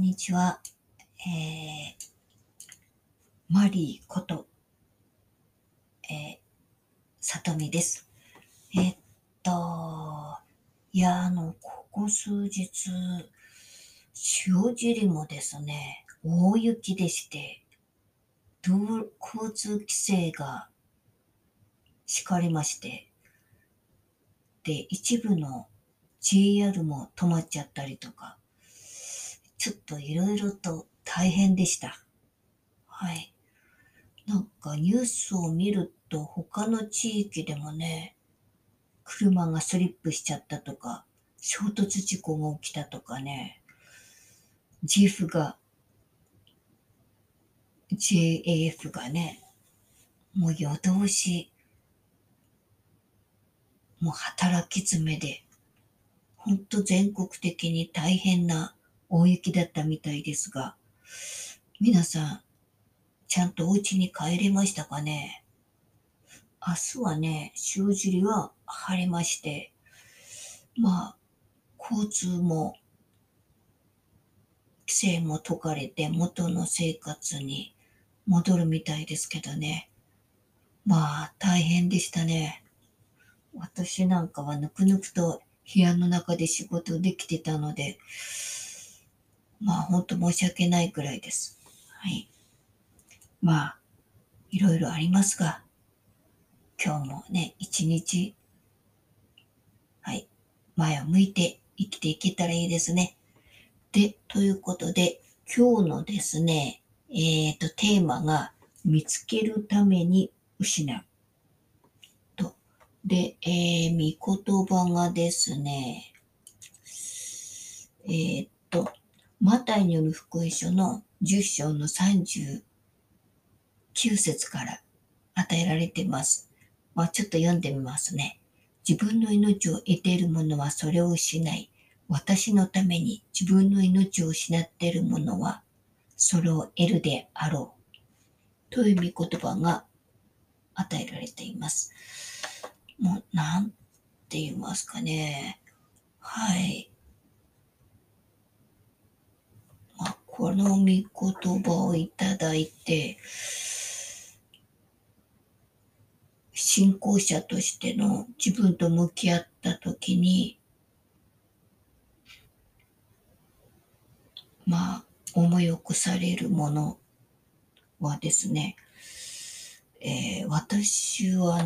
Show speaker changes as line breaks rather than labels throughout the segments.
にちは。マリーこと、さとみです。ここ数日、塩尻もですね、大雪でして、交通規制が敷かれまして、で、一部の JR も止まっちゃったりとか、ちょっといろいろと大変でした。はい。なんかニュースを見ると他の地域でもね、車がスリップしちゃったとか、衝突事故が起きたとかね、JAF が、JAF がね、もう夜通し、もう働き詰めで、ほんと全国的に大変な大雪だったみたいですが、皆さん、ちゃんとお家に帰れましたかね。明日はね、塩尻は晴れまして、まあ、交通も規制も解かれて元の生活に戻るみたいですけどね。まあ大変でしたね。私なんかはぬくぬくと部屋の中で仕事できてたので、まあ本当申し訳ないくらいです。はい。まあいろいろありますが、今日もね、一日、はい、前を向いて生きていけたらいいですね。で、ということで、今日のですね、テーマが見つけるために失う。と。で、見言葉がですね、マタイによる福音書の10章の39節から与えられています。まあちょっと読んでみますね。自分の命を得ている者はそれを失い、私のために自分の命を失っている者はそれを得るであろう。という御言葉が与えられています。もう、なんて言いますかね。はい。まあ、この御言葉をいただいて、信仰者としての自分と向き合ったときに、まあ、思い起こされるものはですね、私は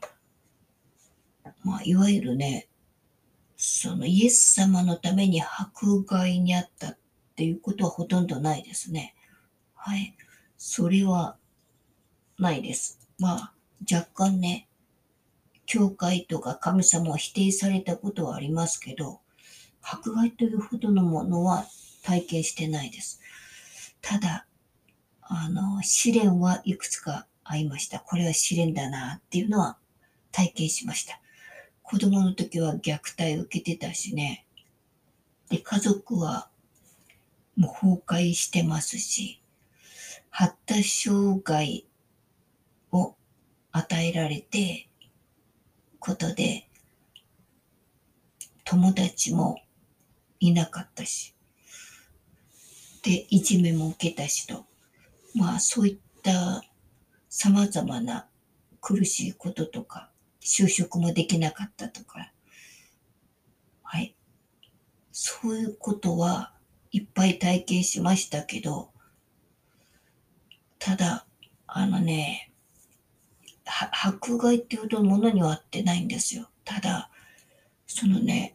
まあ、いわゆるね、そのイエス様のために迫害にあったっていうことはほとんどないですね。はい。それはないです。まあ、若干ね、教会とか神様を否定されたことはありますけど、迫害というほどのものは体験してないです。ただ、試練はいくつかありました。これは試練だなっていうのは体験しました。子供の時は虐待を受けてたしね。で、家族はもう崩壊してますし、発達障害を与えられて、ことで、友達もいなかったし、で、いじめも受けたしと、まあそういった様々な苦しいこととか、就職もできなかったとか、はい。そういうことはいっぱい体験しましたけど、ただ、迫害っていうほどのものには合ってないんですよ。ただ、そのね、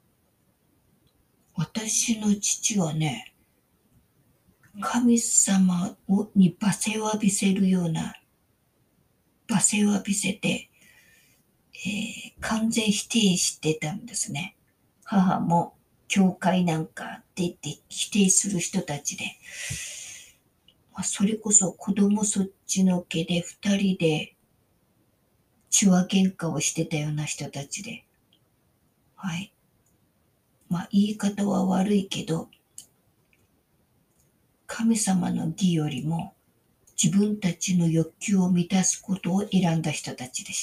私の父はね、神様に罵声を浴びせるような、罵声を浴びせて、完全否定してたんですね。母も、教会なんかって言って否定する人たちで、まあ、それこそ子供そっちのけで二人で血話喧嘩をしてたような人たちで、はい。まあ言い方は悪いけど、神様の義よりも自分たちの欲求を満たすことを選んだ人たちでした。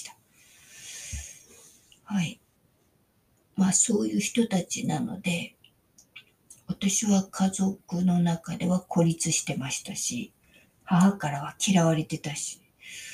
はい。まあそういう人たちなので、 私は家族の中では孤立してましたし、母からは嫌われてたし、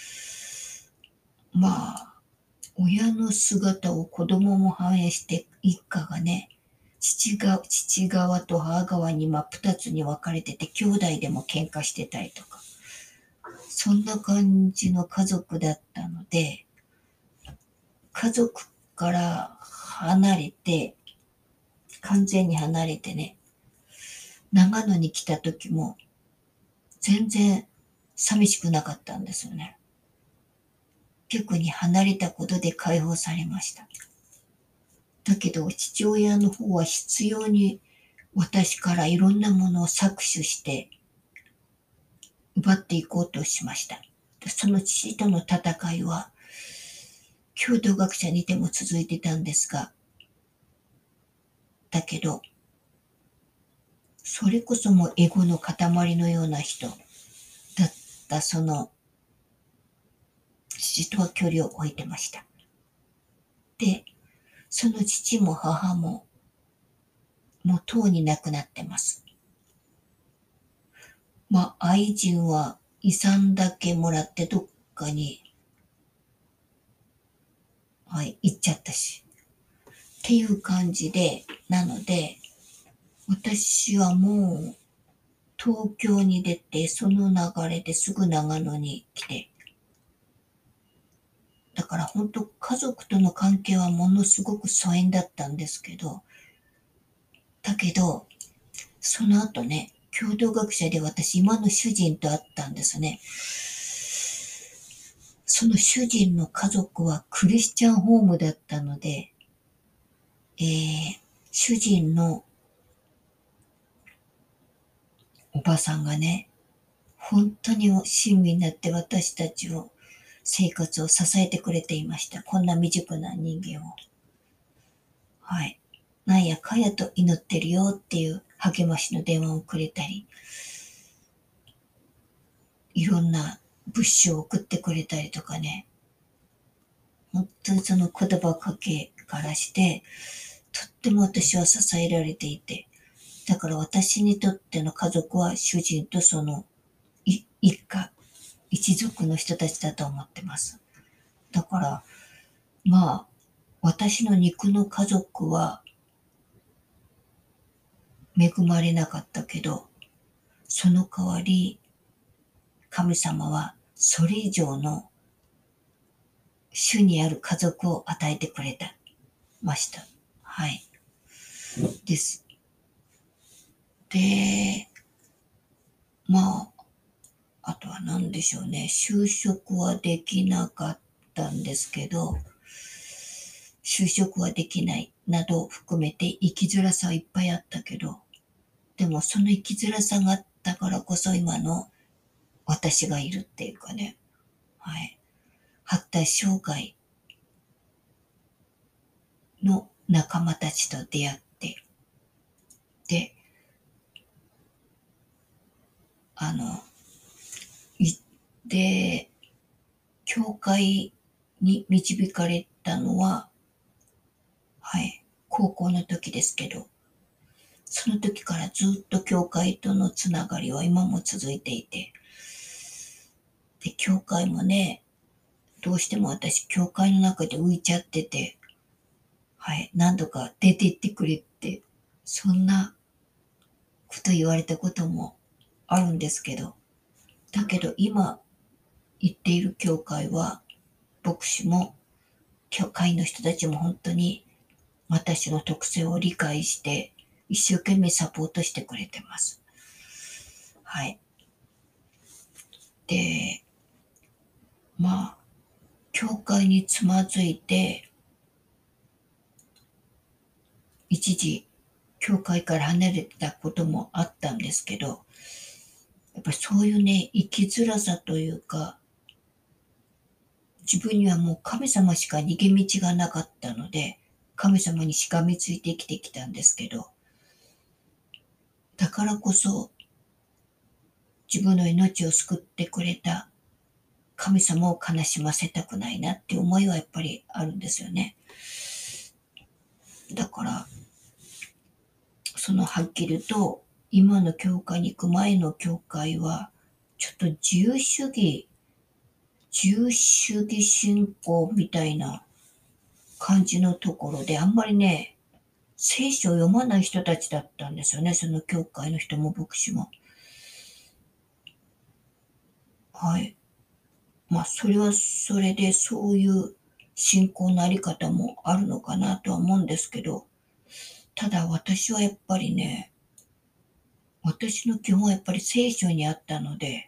まあ、親の姿を子供も反映して一家がね、父側と母側に真っ二つに分かれてて、兄弟でも喧嘩してたりとか、そんな感じの家族だったので、家族から離れて、完全に離れてね、長野に来た時も全然寂しくなかったんですよね。逆に離れたことで解放されました。だけど父親の方は必要に私からいろんなものを搾取して奪っていこうとしました。その父との戦いは共同学者にても続いてたんですが、だけどそれこそもエゴの塊のような人だったその父とは距離を置いてました。で、その父も母ももうとうに亡くなってます。まあ愛人は遺産だけもらってどっかに、はい、行っちゃったし。っていう感じで、なので、私はもう東京に出て、その流れですぐ長野に来て、だから本当家族との関係はものすごく疎遠だったんですけど、だけど、その後ね、共同学者で私今の主人と会ったんですね。その主人の家族はクリスチャンホームだったので、主人のおばさんがね、本当に親身になって私たちを、生活を支えてくれていました。こんな未熟な人間を。はい。なんやかやと祈ってるよっていう励ましの電話をくれたり、いろんな物資を送ってくれたりとかね。本当にその言葉かけからして、とっても私は支えられていて、だから私にとっての家族は主人とその一家、一族の人たちだと思ってます。だから、まあ、私の肉の家族は恵まれなかったけど、その代わり、神様はそれ以上の主にある家族を与えてくれた、ました。はい。です。で、まあ、あとは何でしょうね。就職はできなかったんですけど、就職はできないなどを含めて生きづらさはいっぱいあったけど、でもその生きづらさがあったからこそ今の私がいるっていうかね。はい。発達障害の仲間たちと出会って、で、あの、で、教会に導かれたのは、はい、高校の時ですけど、その時からずっと教会とのつながりは今も続いていて、で、教会もね、どうしても私、教会の中で浮いちゃってて、はい、何度か出て行ってくれって、そんなこと言われたこともあるんですけど、だけど今行っている教会は、牧師も教会の人たちも本当に私の特性を理解して一生懸命サポートしてくれてます。はい。で、まあ、教会につまずいて、一時、教会から離れたこともあったんですけど、やっぱりそういうね、生きづらさというか、自分にはもう神様しか逃げ道がなかったので、神様にしがみついて生きてきたんですけど、だからこそ自分の命を救ってくれた神様を悲しませたくないなって思いはやっぱりあるんですよね。だから、 はっきりと、今の教会に行く前の教会は、ちょっと自由主義信仰みたいな感じのところで、あんまりね、聖書を読まない人たちだったんですよね。その教会の人も牧師も。はい。まあ、それはそれでそういう信仰のあり方もあるのかなとは思うんですけど、ただ私はやっぱりね、私の基本はやっぱり聖書にあったので、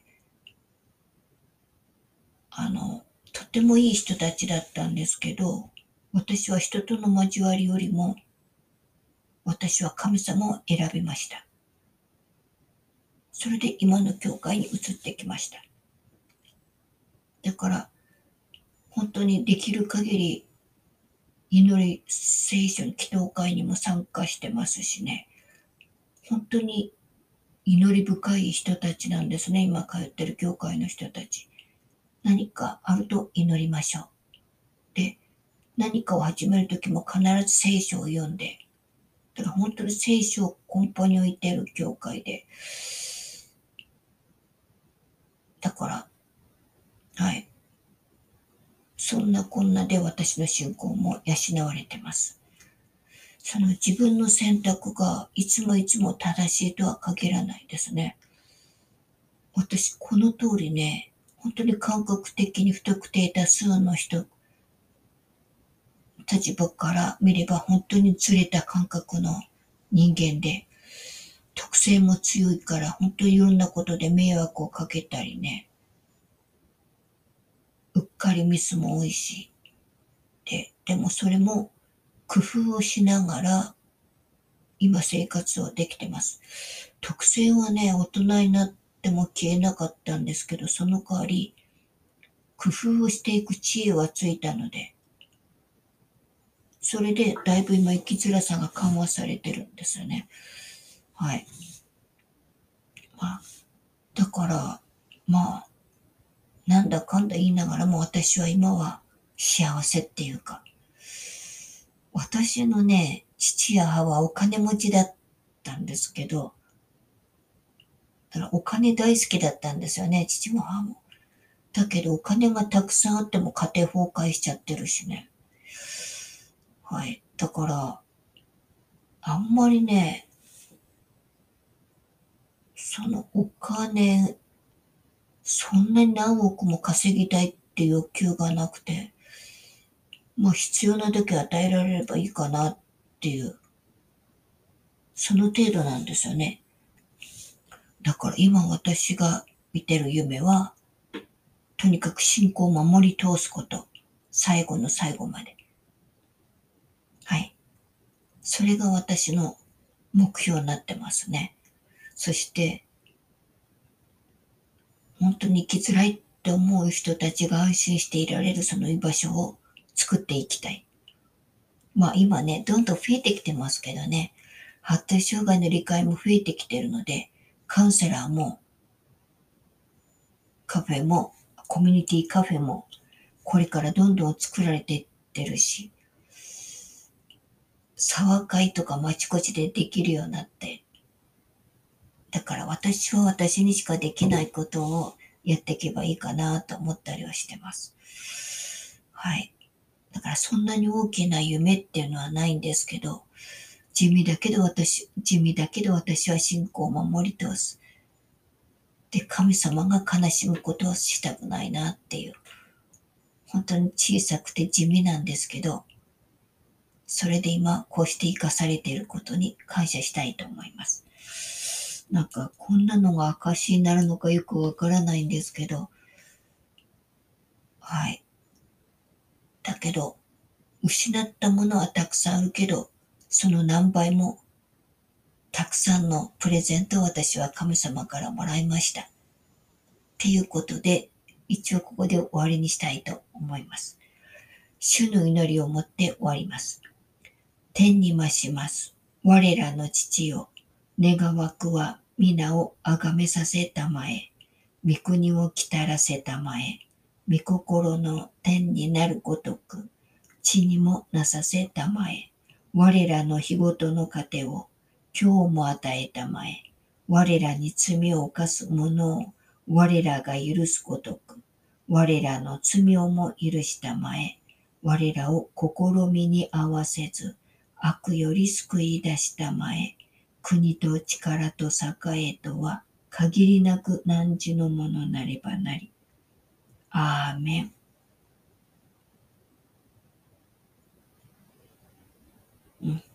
とてもいい人たちだったんですけど、私は人との交わりよりも、私は神様を選びました。それで今の教会に移ってきました。だから、本当にできる限り、祈り聖書の祈祷会にも参加してますしね。本当に祈り深い人たちなんですね。今通ってる教会の人たち。何かあると祈りましょう。で、何かを始めるときも必ず聖書を読んで、だから本当に聖書を根本に置いている教会で、だから、はい。そんなこんなで私の信仰も養われてます。その自分の選択がいつもいつも正しいとは限らないですね。私、この通りね、本当に感覚的に不特定多数の人、立場から見れば本当にずれた感覚の人間で、特性も強いから本当にいろんなことで迷惑をかけたりね、うっかりミスも多いし、でもそれも工夫をしながら今生活をできてます。特性はね、大人になっても消えなかったんですけど、その代わり工夫をしていく知恵はついたので、それでだいぶ今生きづらさが緩和されてるんですよね。はい。まあ、だから、まあ、なんだかんだ言いながらも私は今は幸せっていうか、私のね、父や母はお金持ちだったんですけど、だからお金大好きだったんですよね、父も母も。だけどお金がたくさんあっても家庭崩壊しちゃってるしね。はい。だから、あんまりね、そのお金、そんなに何億も稼ぎたいって欲求がなくて、まあ必要なだけ与えられればいいかなっていう、その程度なんですよね。だから今私が見てる夢は、とにかく信仰を守り通すこと。最後の最後まで。はい。それが私の目標になってますね。そして、本当に生きづらいって思う人たちが安心していられるその居場所を作っていきたい。まあ今ね、どんどん増えてきてますけどね。発達障害の理解も増えてきてるので、カウンセラーもカフェもコミュニティカフェもこれからどんどん作られていってるし、沢会とかあちこちでできるようになって、だから私は私にしかできないことをやっていけばいいかなと思ったりはしてます。はい。だからそんなに大きな夢っていうのはないんですけど、地味だけど私は信仰を守り通す。で、神様が悲しむことをしたくないなっていう。本当に小さくて地味なんですけど、それで今こうして生かされていることに感謝したいと思います。なんかこんなのが証になるのかよくわからないんですけど、はい。だけど、失ったものはたくさんあるけど、その何倍もたくさんのプレゼントを私は神様からもらいました。っていうことで、一応ここで終わりにしたいと思います。主の祈りをもって終わります。天に増します。我らの父よ、願わくは皆をあがめさせたまえ、御国をきたらせたまえ、御心の天になるごとく、地にもなさせたまえ、我らの日ごとの糧を今日も与えたまえ。我らに罪を犯す者を我らが許すことく。我らの罪をも許したまえ。我らを試みに合わせず、悪より救い出したまえ。国と力と栄えとは限りなく汝のものなればなり。アーメン。うん